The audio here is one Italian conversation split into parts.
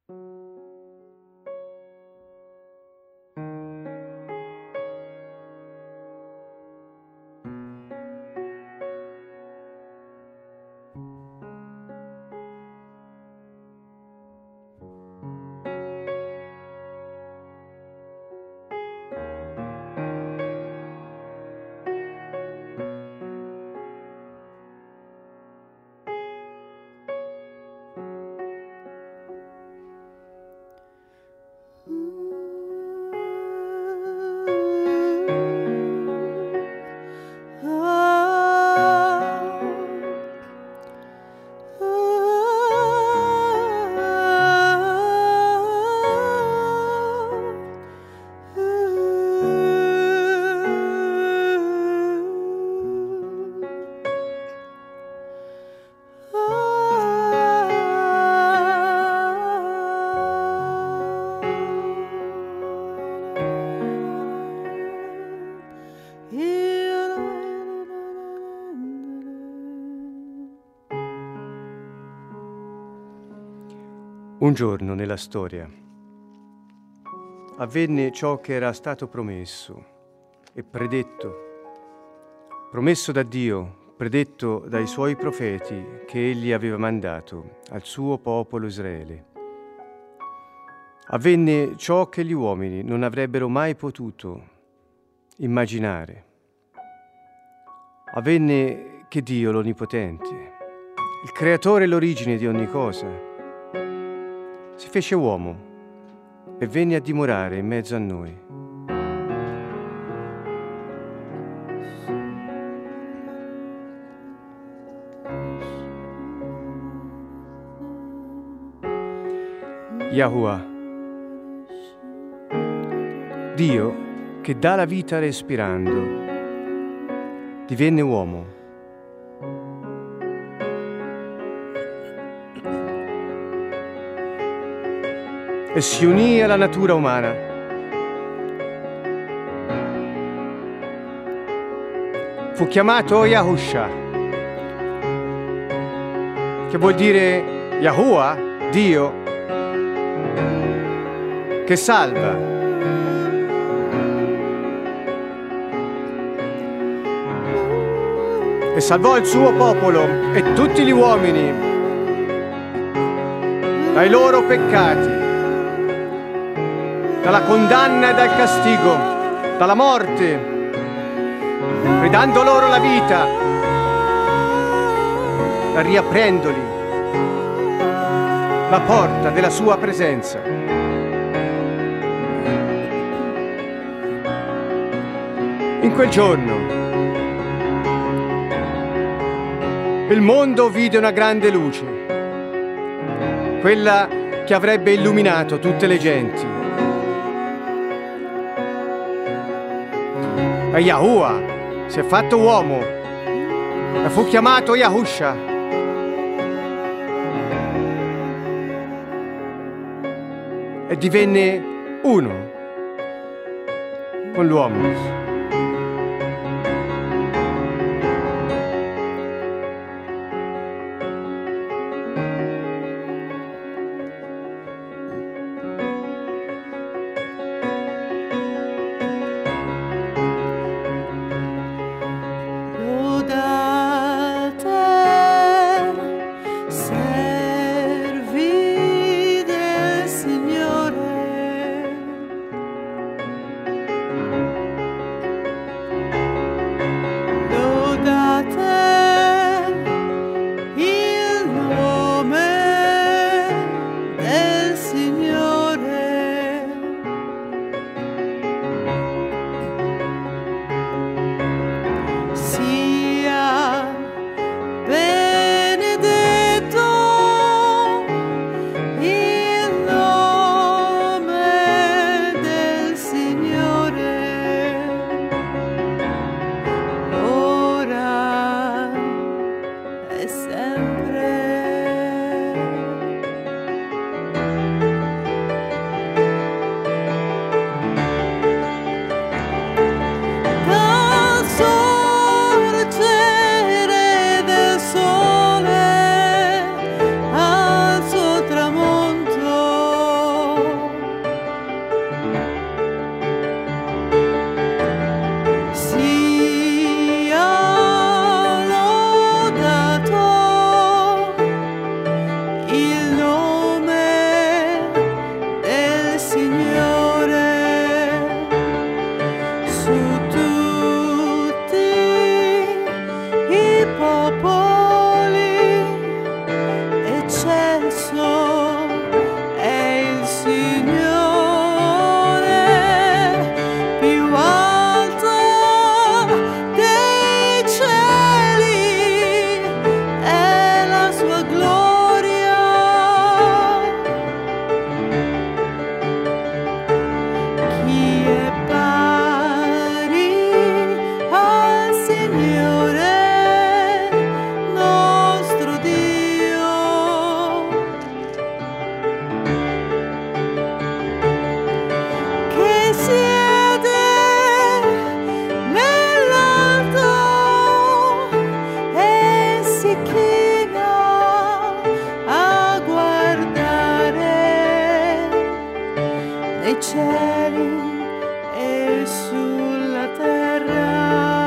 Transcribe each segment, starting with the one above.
Un giorno nella storia avvenne ciò che era stato promesso e predetto, promesso da Dio, predetto dai suoi profeti che egli aveva mandato al suo popolo Israele. Avvenne ciò che gli uomini non avrebbero mai potuto immaginare. Avvenne che Dio l'Onnipotente, il Creatore e l'origine di ogni cosa, si fece uomo e venne a dimorare in mezzo a noi. Yahuwah, Dio che dà la vita respirando, divenne uomo. E si unì alla natura umana. Fu chiamato Yahusha, che vuol dire Yahuwah, Dio, che salva. E salvò il suo popolo e tutti gli uomini dai loro peccati, dalla condanna e dal castigo, dalla morte, ridando loro la vita, e riaprendoli la porta della sua presenza. In quel giorno il mondo vide una grande luce, quella che avrebbe illuminato tutte le genti. E Yahuwah si è fatto uomo e fu chiamato Yahusha. E divenne uno con l'uomo. nei cieli e sulla terra.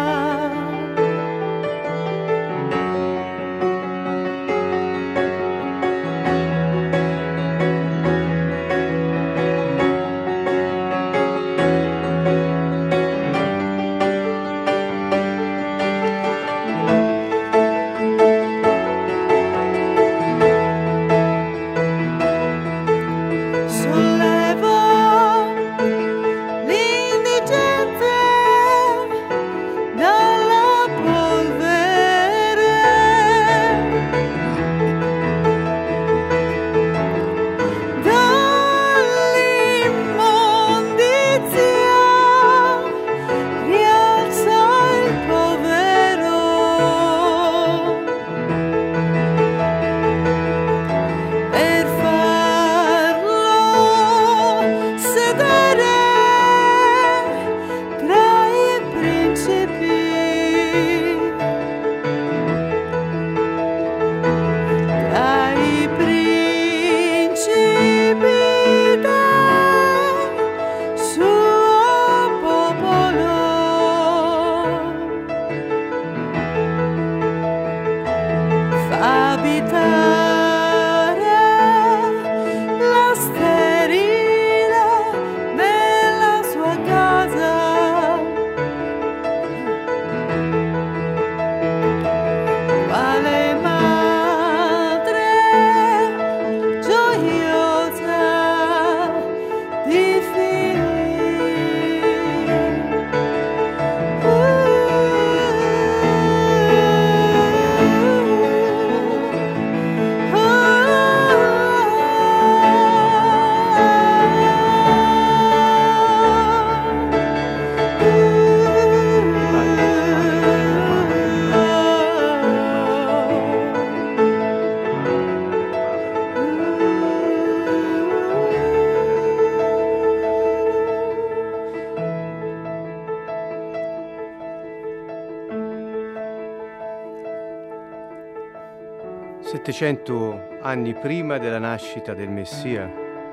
Settecento anni prima della nascita del Messia,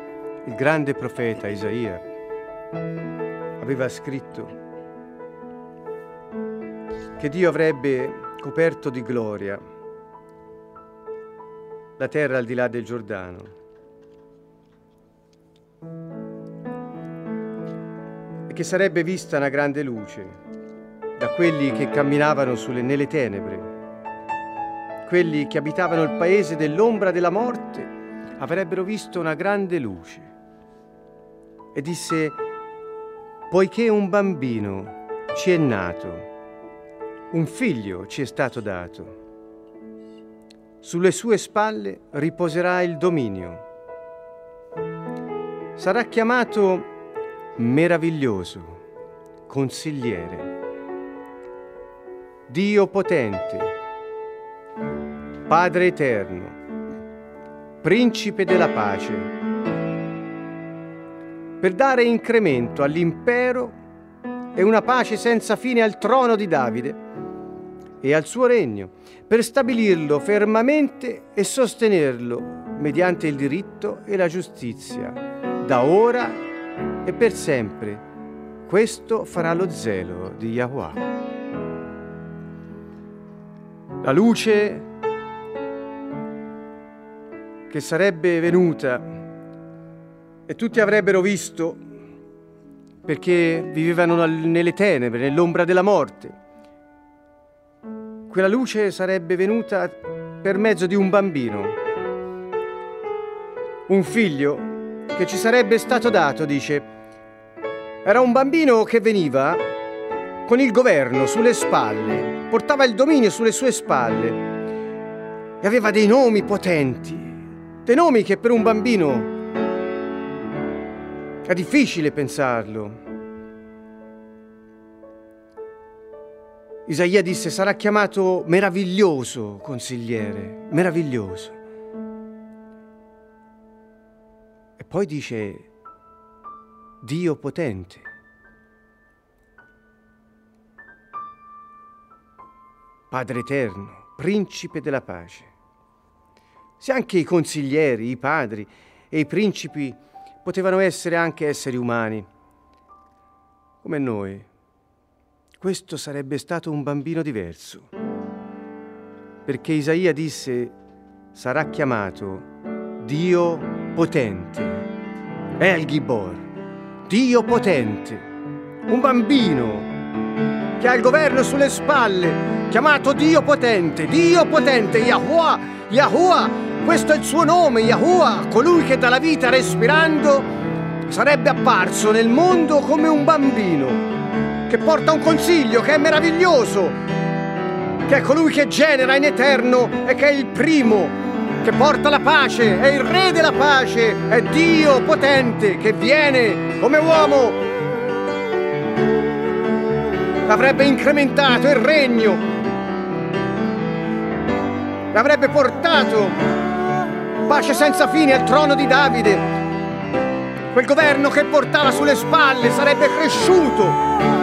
il grande profeta Isaia aveva scritto che Dio avrebbe coperto di gloria la terra al di là del Giordano e che sarebbe vista una grande luce da quelli che camminavano nelle tenebre. Quelli che abitavano il paese dell'ombra della morte avrebbero visto una grande luce. E disse: poiché un bambino ci è nato, un figlio ci è stato dato, sulle sue spalle riposerà il dominio. Sarà chiamato meraviglioso, consigliere, Dio potente, Padre eterno, Principe della pace, per dare incremento all'impero e una pace senza fine al trono di Davide e al suo regno, per stabilirlo fermamente e sostenerlo mediante il diritto e la giustizia, da ora e per sempre. Questo farà lo zelo di Yahweh. La luce che sarebbe venuta e tutti avrebbero visto perché vivevano nelle tenebre, nell'ombra della morte. Quella luce sarebbe venuta per mezzo di un bambino, un figlio che ci sarebbe stato dato, dice. Era un bambino che veniva con il governo sulle spalle, portava il dominio sulle sue spalle e aveva dei nomi potenti. Dei nomi che per un bambino è difficile pensarlo. Isaia disse: sarà chiamato meraviglioso consigliere, meraviglioso. E poi dice Dio potente. Padre eterno, Principe della pace. Se anche i consiglieri, i padri e i principi potevano essere anche esseri umani, come noi. Questo sarebbe stato un bambino diverso, perché Isaia disse: sarà chiamato Dio potente, El Gibor, Dio potente, un bambino che ha il governo sulle spalle, chiamato Dio potente, Yahuwah, Yahuwah, questo è il suo nome, Yahuwah, colui che dà la vita respirando, sarebbe apparso nel mondo come un bambino, che porta un consiglio, che è meraviglioso, che è colui che genera in eterno e che è il primo, che porta la pace, è il re della pace, è Dio potente che viene come uomo. Avrebbe incrementato il regno, avrebbe portato pace senza fine al trono di Davide. Quel governo che portava sulle spalle sarebbe cresciuto,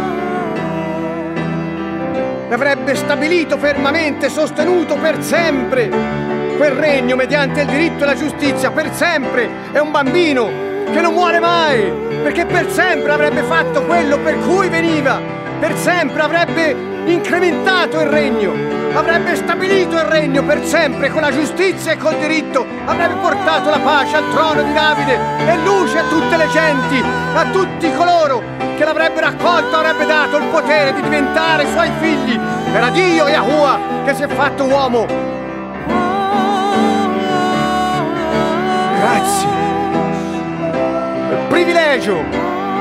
avrebbe stabilito fermamente, sostenuto per sempre quel regno mediante il diritto e la giustizia, per sempre. È un bambino che non muore mai, perché per sempre avrebbe fatto quello per cui veniva, per sempre avrebbe incrementato il regno, avrebbe stabilito il regno per sempre con la giustizia e col diritto, avrebbe portato la pace al trono di Davide e luce a tutte le genti, a tutti coloro che l'avrebbero accolto, avrebbe dato il potere di diventare suoi figli. Era Dio Yahuwah che si è fatto uomo. Grazie, privilegio.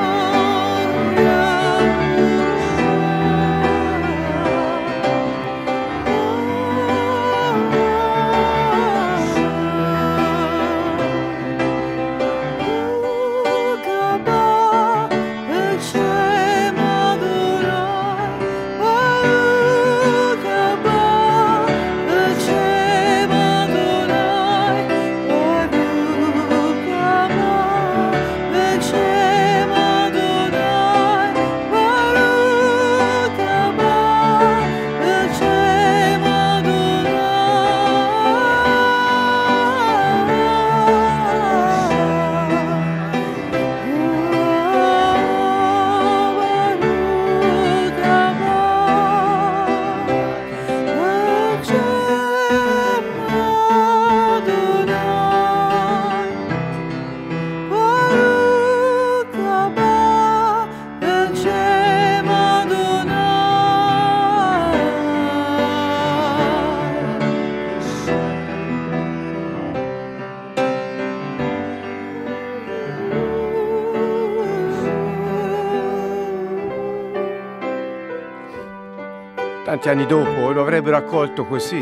Tanti anni dopo lo avrebbero accolto così.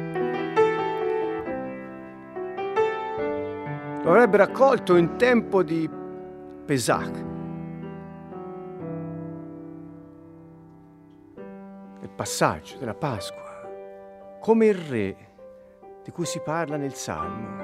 Lo avrebbero accolto in tempo di Pesach, il passaggio della Pasqua, come il re di cui si parla nel Salmo.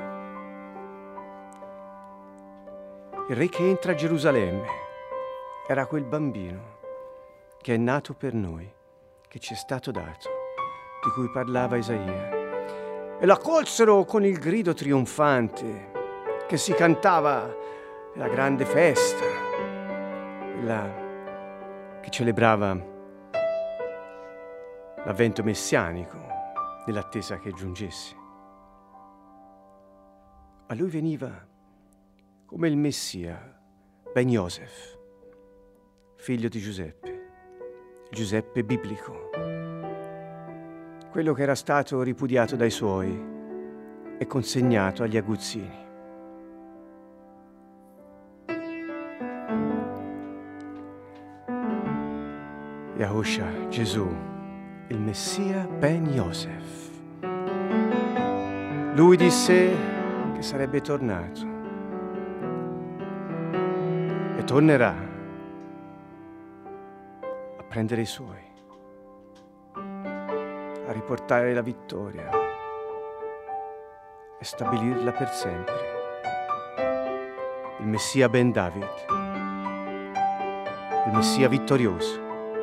Il re che entra a Gerusalemme era quel bambino che è nato per noi, che ci è stato dato, di cui parlava Isaia. E lo accolsero con il grido trionfante che si cantava nella grande festa, quella che celebrava l'avvento messianico, nell'attesa che giungesse. A lui veniva come il Messia, Ben Yosef, figlio di Giuseppe, Giuseppe biblico, quello che era stato ripudiato dai suoi e consegnato agli aguzzini. Yahusha, Gesù, il Messia Ben Yosef. Lui disse che sarebbe tornato e tornerà prendere i suoi, a riportare la vittoria e stabilirla per sempre. Il Messia Ben David, il Messia vittorioso.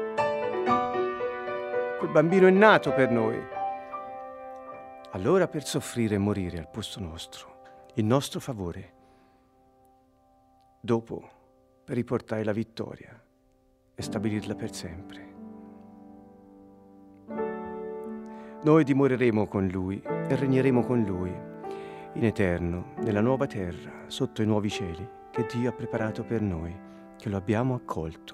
Quel bambino è nato per noi, allora per soffrire e morire al posto nostro, in nostro favore. dopo per riportare la vittoria e stabilirla per sempre. Noi dimoreremo con Lui e regneremo con Lui in eterno, nella nuova terra, sotto i nuovi cieli che Dio ha preparato per noi, che lo abbiamo accolto,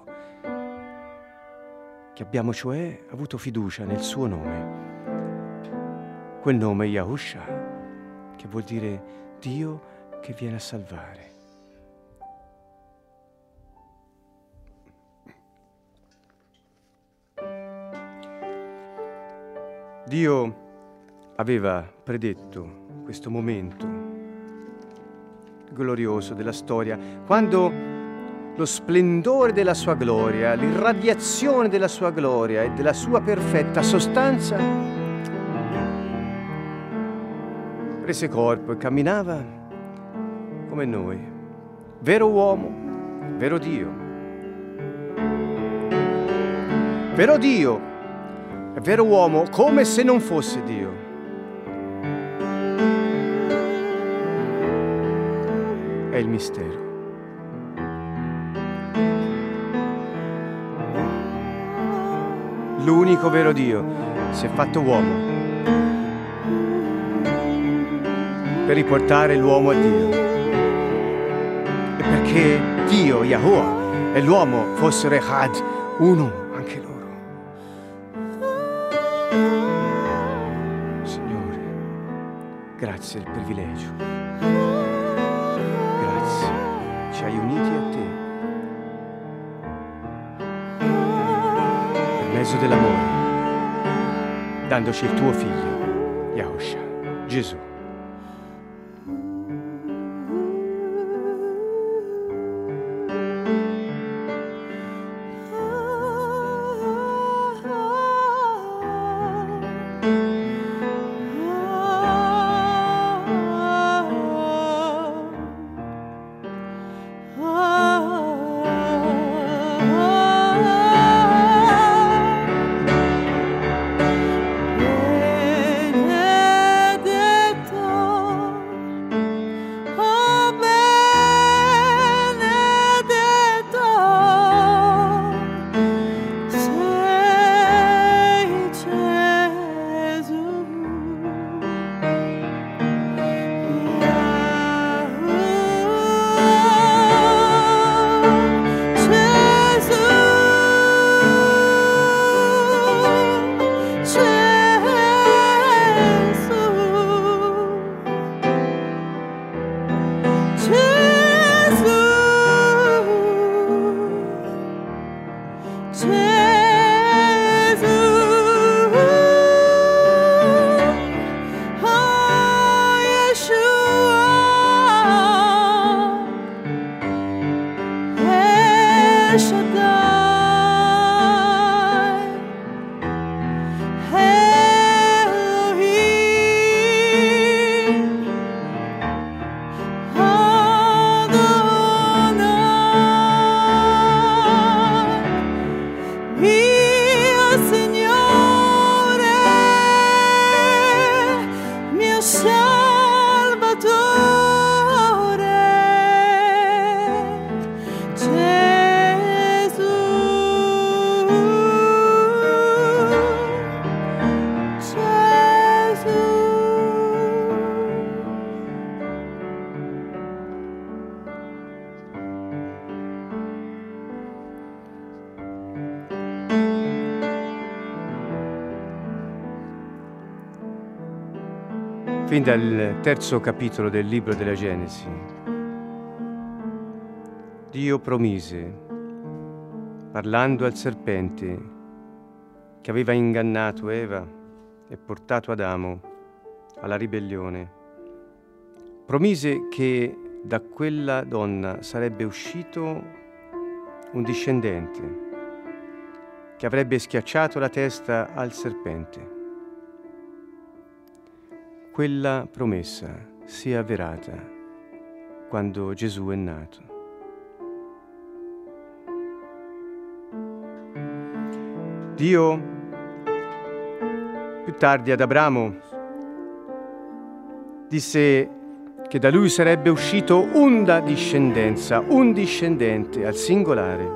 che abbiamo cioè avuto fiducia nel suo nome. Quel nome è Yahusha, che vuol dire Dio che viene a salvare. Dio aveva predetto questo momento glorioso della storia, quando lo splendore della sua gloria, l'irradiazione della sua gloria e della sua perfetta sostanza prese corpo e camminava come noi, vero uomo, vero Dio. Vero Dio e vero uomo, come se non fosse Dio. È il mistero. L'unico vero Dio si è fatto uomo per riportare l'uomo a Dio. E perché Dio, Yahuwah, e l'uomo fossero Echad, uno anche loro. Signore, grazie del privilegio. Grazie, ci hai uniti a te. Per mezzo dell'amore, dandoci il tuo figlio, Yahusha, Gesù. Fin dal terzo capitolo del libro della Genesi, Dio promise, parlando al serpente che aveva ingannato Eva e portato Adamo alla ribellione, promise che da quella donna sarebbe uscito un discendente che avrebbe schiacciato la testa al serpente. Quella promessa si è avverata quando Gesù è nato. Dio, più tardi ad Abramo, disse che da lui sarebbe uscito una discendenza, un discendente al singolare,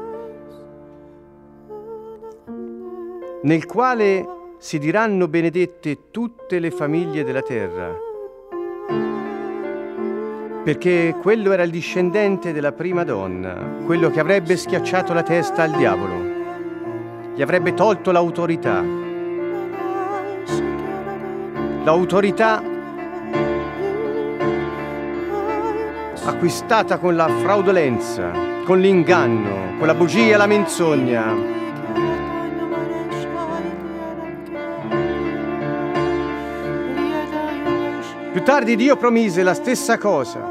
nel quale si diranno benedette tutte le famiglie della terra, perché quello era il discendente della prima donna, quello che avrebbe schiacciato la testa al diavolo, gli avrebbe tolto l'autorità acquistata con la fraudolenza, con l'inganno, con la bugia e la menzogna. Più tardi Dio promise la stessa cosa,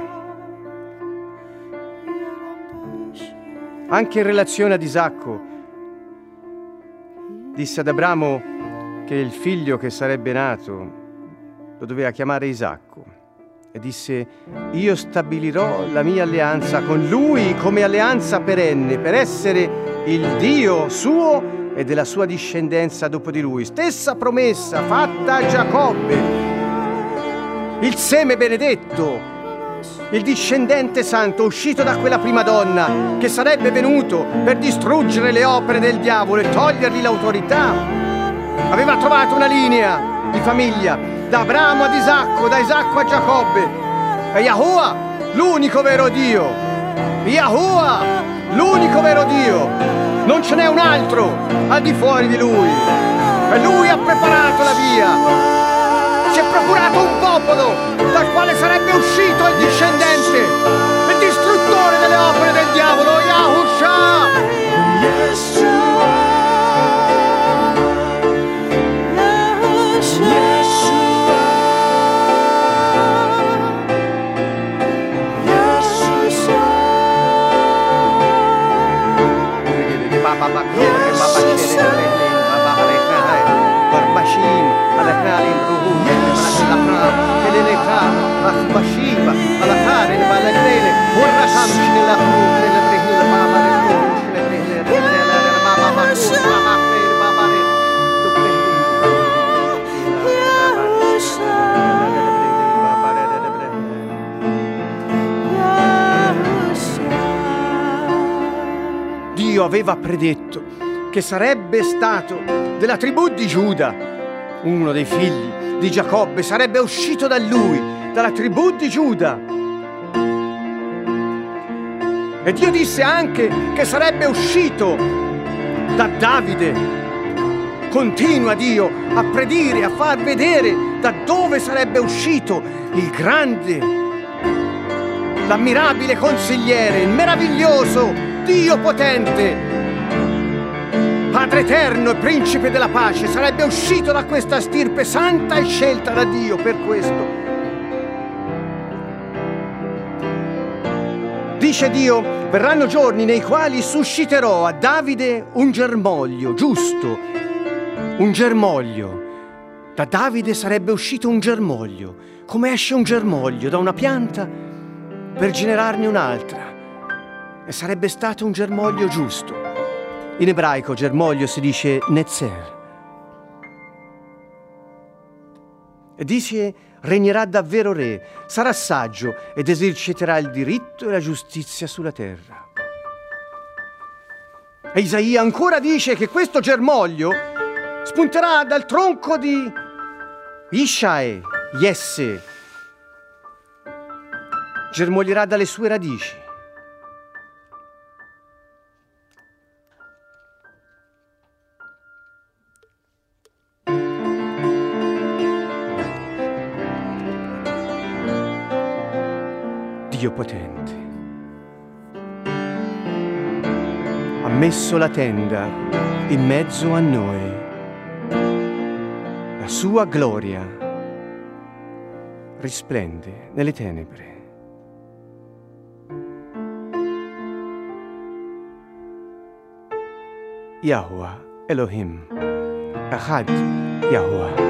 anche in relazione ad Isacco. Disse ad Abramo che il figlio che sarebbe nato lo doveva chiamare Isacco, e disse: io stabilirò la mia alleanza con lui come alleanza perenne, per essere il Dio suo e della sua discendenza dopo di lui. Stessa promessa fatta a Giacobbe, il seme benedetto, il discendente santo uscito da quella prima donna, che sarebbe venuto per distruggere le opere del diavolo e togliergli l'autorità. Aveva trovato una linea di famiglia, da Abramo ad Isacco, da Isacco a Giacobbe. E Yahuwah, l'unico vero Dio. Yahuwah, l'unico vero Dio. Non ce n'è un altro al di fuori di Lui. E Lui ha preparato la via. Si è procurato un popolo dal quale sarebbe uscito il discendente, il distruttore delle opere del diavolo, Yahushua. Dio aveva predetto che sarebbe stato della tribù di Giuda, uno dei figli di Giacobbe sarebbe uscito da lui, dalla tribù di Giuda. E Dio disse anche che sarebbe uscito da Davide. Continua Dio a predire, a far vedere da dove sarebbe uscito il grande, l'ammirabile consigliere, il meraviglioso Dio potente, Padre eterno e principe della pace. Sarebbe uscito da questa stirpe santa e scelta da Dio per questo. Dice Dio: verranno giorni nei quali susciterò a Davide un germoglio giusto, un germoglio. Da Davide sarebbe uscito un germoglio, come esce un germoglio da una pianta per generarne un'altra. E sarebbe stato un germoglio giusto. In ebraico germoglio si dice netzer. E dice: regnerà davvero re, sarà saggio ed eserciterà il diritto e la giustizia sulla terra. E Isaia ancora dice che questo germoglio spunterà dal tronco di Ishae, Jesse, germoglierà dalle sue radici. Dio potente ha messo la tenda in mezzo a noi, la sua gloria risplende nelle tenebre. Yahuwah Elohim Echad Yahuwah.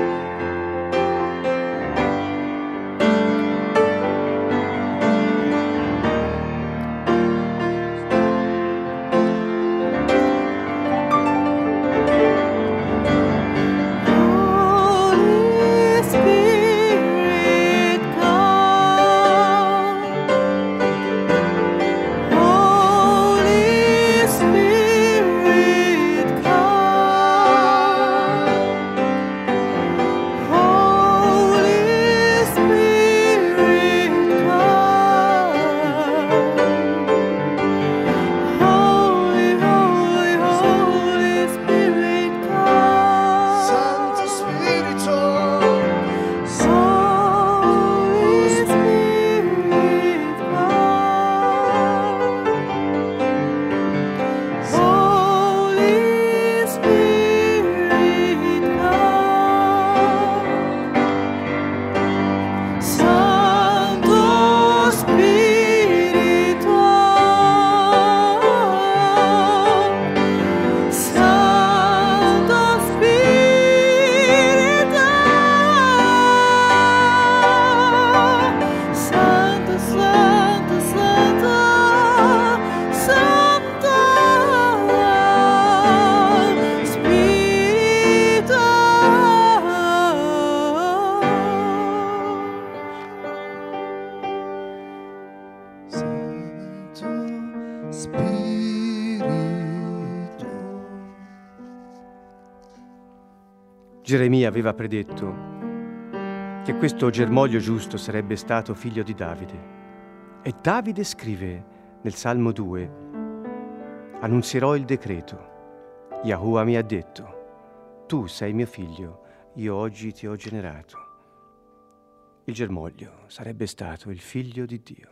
Geremia aveva predetto che questo germoglio giusto sarebbe stato figlio di Davide. E Davide scrive nel Salmo 2: annunzierò il decreto. Yahuwah mi ha detto: tu sei mio figlio, io oggi ti ho generato. Il germoglio sarebbe stato il figlio di Dio.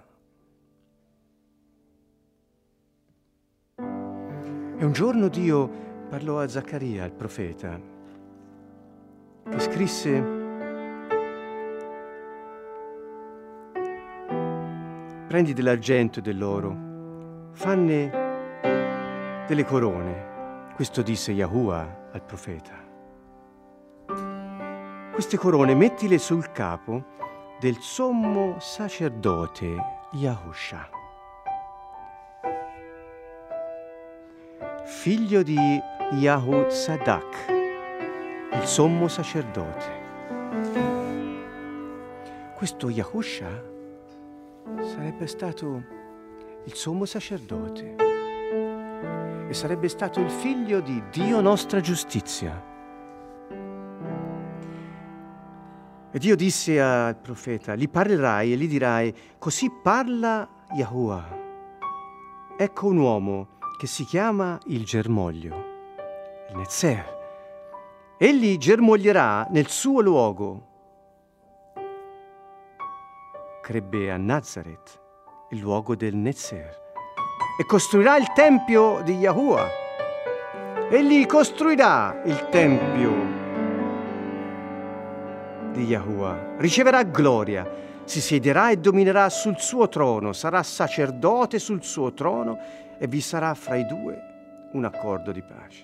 E un giorno Dio parlò a Zaccaria, il profeta, che scrisse: prendi dell'argento e dell'oro, fanne delle corone. Questo disse Yahuwah al profeta. Queste corone mettile sul capo del sommo sacerdote Yahusha, figlio di Yahud-Sadak, il sommo sacerdote. Questo Yahusha sarebbe stato il sommo sacerdote e sarebbe stato il figlio di Dio nostra giustizia. E Dio disse al profeta: gli parlerai e gli dirai: così parla Yahuwah. Ecco un uomo che si chiama il germoglio, il Netzer. Egli germoglierà nel suo luogo. Crebbe a Nazaret, il luogo del Netzer, e costruirà il tempio di Yahuwah. Egli costruirà il tempio di Yahuwah, riceverà gloria, si siederà e dominerà sul suo trono, sarà sacerdote sul suo trono e vi sarà fra i due un accordo di pace.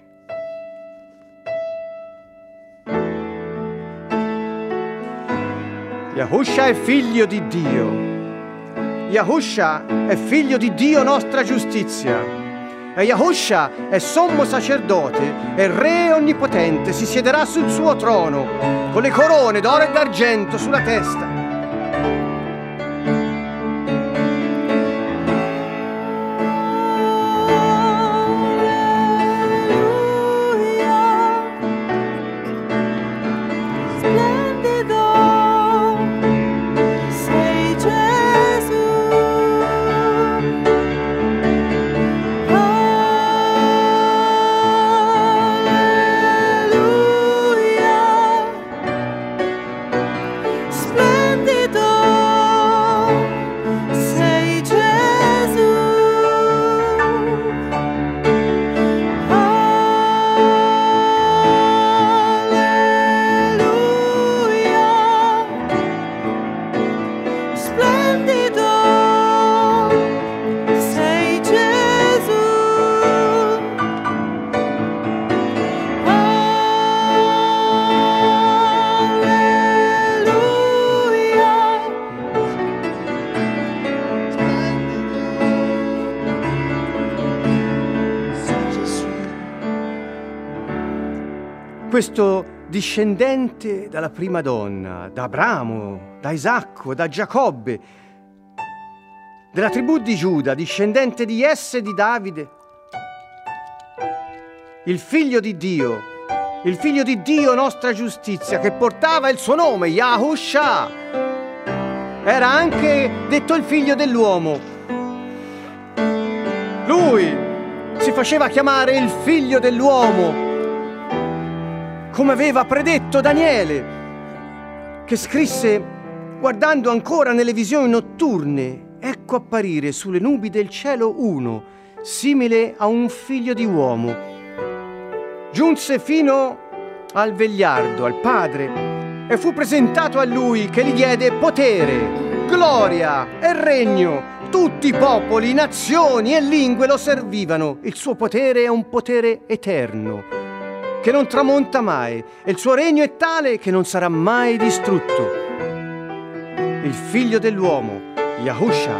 Yahusha è figlio di Dio. Yahusha è figlio di Dio nostra giustizia. E Yahusha è sommo sacerdote e re onnipotente, si siederà sul suo trono con le corone d'oro e d'argento sulla testa. Questo discendente dalla prima donna, da Abramo, da Isacco, da Giacobbe, della tribù di Giuda, discendente di Jesse e di Davide, il figlio di Dio nostra giustizia, che portava il suo nome, Yahusha, era anche detto il figlio dell'uomo. Lui si faceva chiamare il figlio dell'uomo, come aveva predetto Daniele, che scrisse: guardando ancora nelle visioni notturne, ecco apparire sulle nubi del cielo uno, simile a un figlio di uomo. Giunse fino al vegliardo, al padre, e fu presentato a lui, che gli diede potere, gloria e regno. Tutti i popoli, nazioni e lingue lo servivano. Il suo potere è un potere eterno, che non tramonta mai, e il suo regno è tale che non sarà mai distrutto. Il figlio dell'uomo, Yahusha.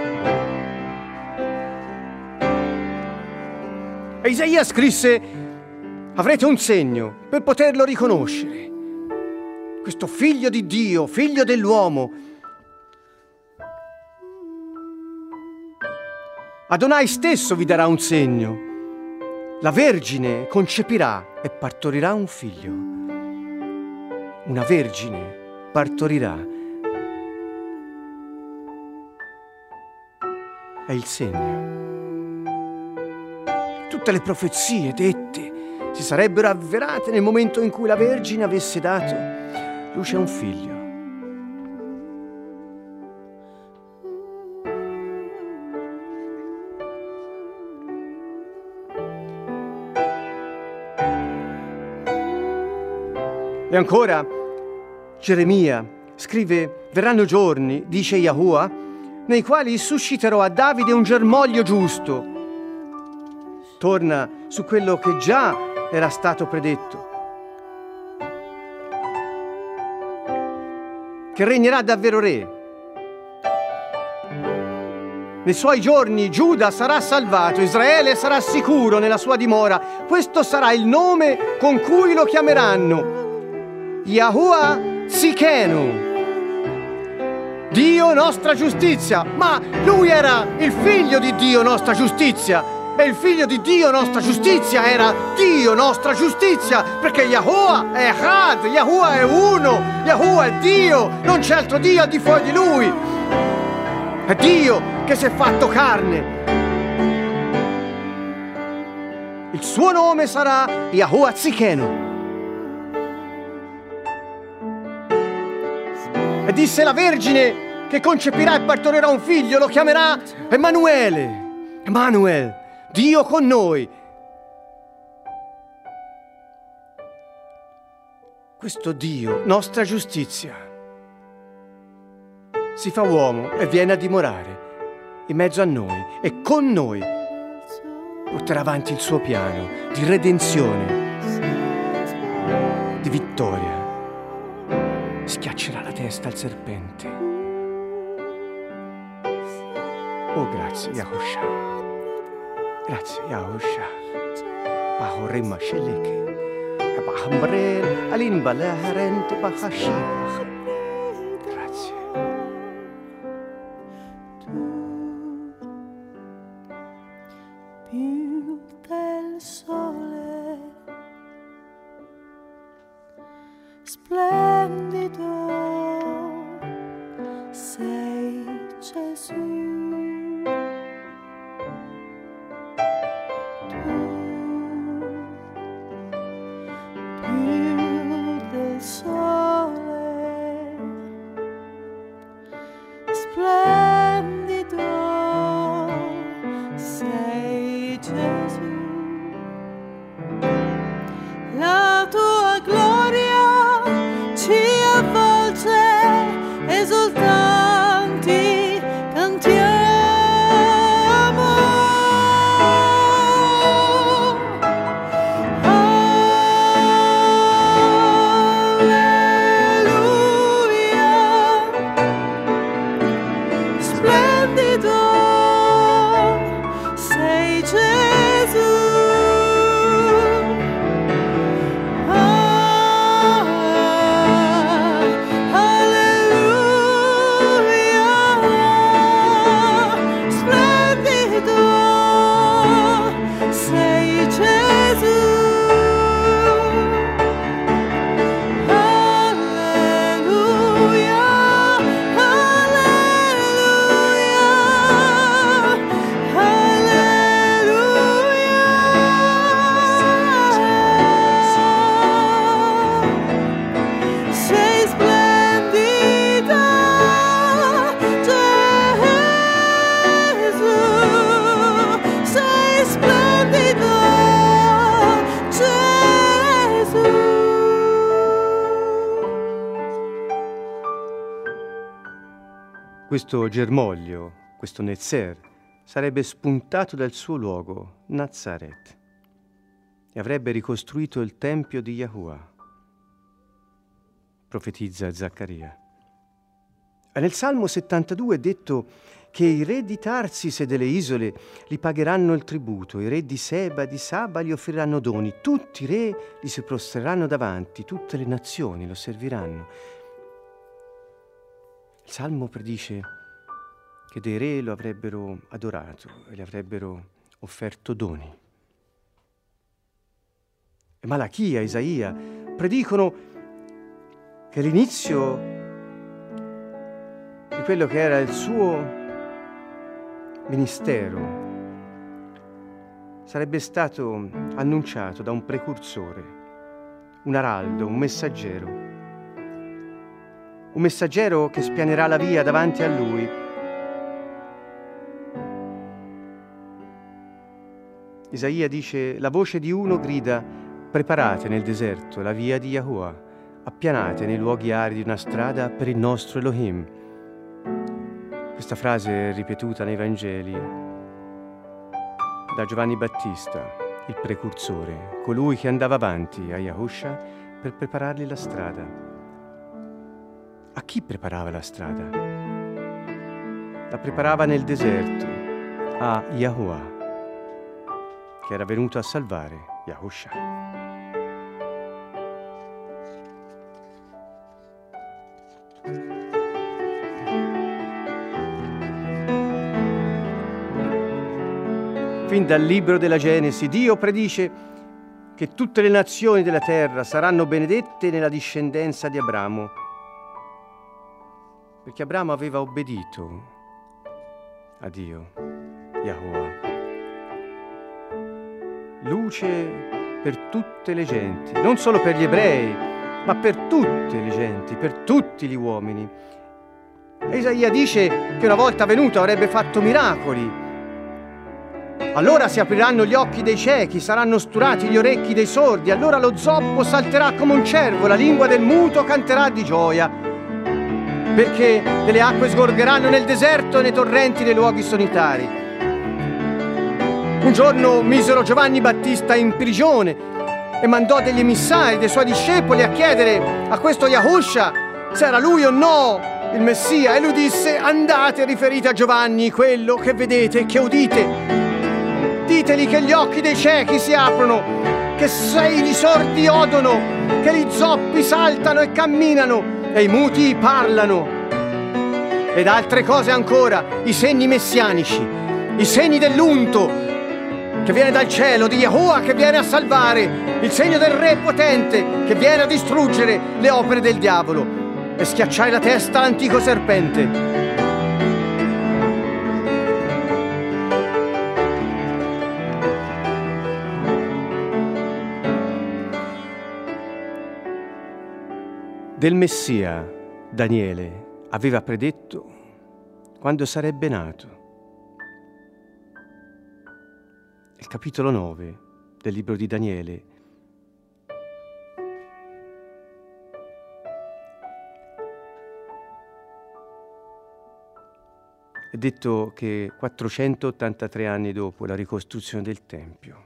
E Isaia scrisse: avrete un segno per poterlo riconoscere. Questo figlio di Dio, figlio dell'uomo, Adonai stesso vi darà un segno. La Vergine concepirà e partorirà un figlio. Una vergine partorirà. È il segno. Tutte le profezie dette si sarebbero avverate nel momento in cui la Vergine avesse dato luce a un figlio. E ancora, Geremia scrive: verranno giorni, dice Yahuwah, nei quali susciterò a Davide un germoglio giusto. Torna su quello che già era stato predetto, che regnerà davvero re. Nei suoi giorni Giuda sarà salvato, Israele sarà sicuro nella sua dimora. Questo sarà il nome con cui lo chiameranno: Yahuwah Tsidkenu, Dio nostra giustizia. Ma lui era il figlio di Dio nostra giustizia, e il figlio di Dio nostra giustizia era Dio nostra giustizia, perché Yahuwah è Echad, Yahuwah è uno, Yahuwah è Dio, non c'è altro Dio al di fuori di lui. È Dio che si è fatto carne. Il suo nome sarà Yahuwah Tsidkenu. E disse: la Vergine che concepirà e partorirà un figlio lo chiamerà Emanuele. Emanuel, Dio con noi. Questo Dio, nostra giustizia, si fa uomo e viene a dimorare in mezzo a noi e con noi porterà avanti il suo piano di redenzione, di vittoria. Schiaccerà la testa al serpente. Oh, grazie, Yahusha. Grazie, Yahusha. Pahorima sheleke. Pahambrel alinbalaharente pahashibah. Grazie. Più del sole splendido sei, Gesù. Tu più del sole splendido sei, Gesù. La tua gloria ci avvolge, esultanti cantiamo. Alleluia, splendido sei, Gesù. Questo germoglio, questo Netzer, sarebbe spuntato dal suo luogo, Nazaret, e avrebbe ricostruito il tempio di Yahuwah, profetizza Zaccaria. E nel Salmo 72 è detto che i re di Tarsis e delle isole gli pagheranno il tributo, i re di Seba e di Saba gli offriranno doni, tutti i re gli si prostreranno davanti, tutte le nazioni lo serviranno. Il Salmo predice che dei re lo avrebbero adorato e gli avrebbero offerto doni. E Malachia, Isaia predicono che l'inizio di quello che era il suo ministero sarebbe stato annunciato da un precursore, un araldo, un messaggero che spianerà la via davanti a lui. Isaia dice: la voce di uno grida: preparate nel deserto la via di Yahuwah, appianate nei luoghi aridi una strada per il nostro Elohim. Questa frase è ripetuta nei Vangeli da Giovanni Battista, il precursore, colui che andava avanti a Yahusha per preparargli la strada. A chi preparava la strada? La preparava nel deserto a Yahuwah, che era venuto a salvare Yahusha. Fin dal libro della Genesi, Dio predice che tutte le nazioni della terra saranno benedette nella discendenza di Abramo, perché Abramo aveva obbedito a Dio, Yahuwah. Luce per tutte le genti, non solo per gli ebrei, ma per tutte le genti, per tutti gli uomini. E Isaia dice che una volta venuto avrebbe fatto miracoli. Allora si apriranno gli occhi dei ciechi, saranno sturati gli orecchi dei sordi, allora lo zoppo salterà come un cervo, la lingua del muto canterà di gioia, perché delle acque sgorgeranno nel deserto e nei torrenti nei luoghi solitari. Un giorno misero Giovanni Battista in prigione e mandò degli emissari dei suoi discepoli a chiedere a questo Yahusha se era lui o no il Messia, e lui disse: andate e riferite a Giovanni quello che vedete e che udite. Diteli che gli occhi dei ciechi si aprono, che i sordi odono, che gli zoppi saltano e camminano e i muti parlano. Ed altre cose ancora, i segni messianici, i segni dell'unto che viene dal cielo, di Yahuwah che viene a salvare, il segno del Re potente che viene a distruggere le opere del diavolo e schiacciare la testa all'antico serpente. Del Messia Daniele aveva predetto quando sarebbe nato. Il capitolo 9 del libro di Daniele è detto che 483 anni dopo la ricostruzione del Tempio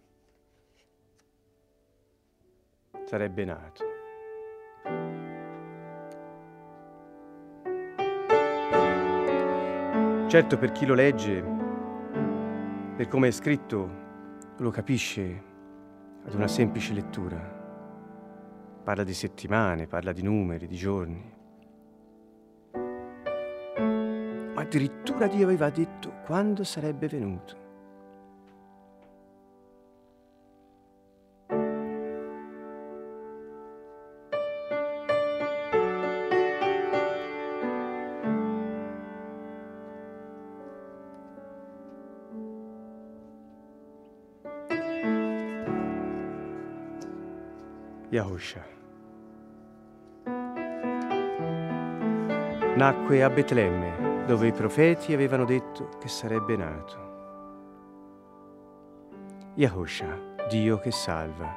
sarebbe nato. Certo, per chi lo legge, per come è scritto, lo capisce ad una semplice lettura. Parla di settimane, parla di numeri, di giorni. Ma addirittura Dio aveva detto quando sarebbe venuto. Yahusha nacque a Betlemme, dove i profeti avevano detto che sarebbe nato. Yahusha, Dio che salva,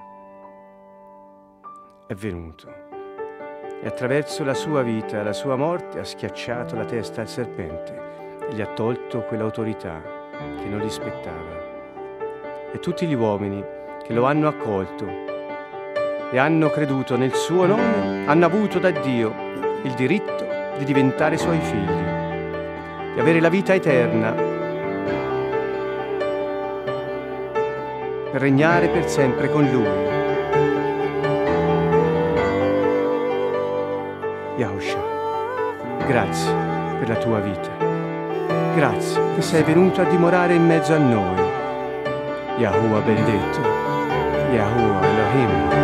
è venuto e attraverso la sua vita e la sua morte ha schiacciato la testa al serpente e gli ha tolto quell'autorità che non gli spettava. E tutti gli uomini che lo hanno accolto e hanno creduto nel suo nome hanno avuto da Dio il diritto di diventare suoi figli, di avere la vita eterna, per regnare per sempre con Lui. Yahusha, grazie per la tua vita. Grazie che sei venuto a dimorare in mezzo a noi. Yahuwah benedetto, Yahuwah Elohim.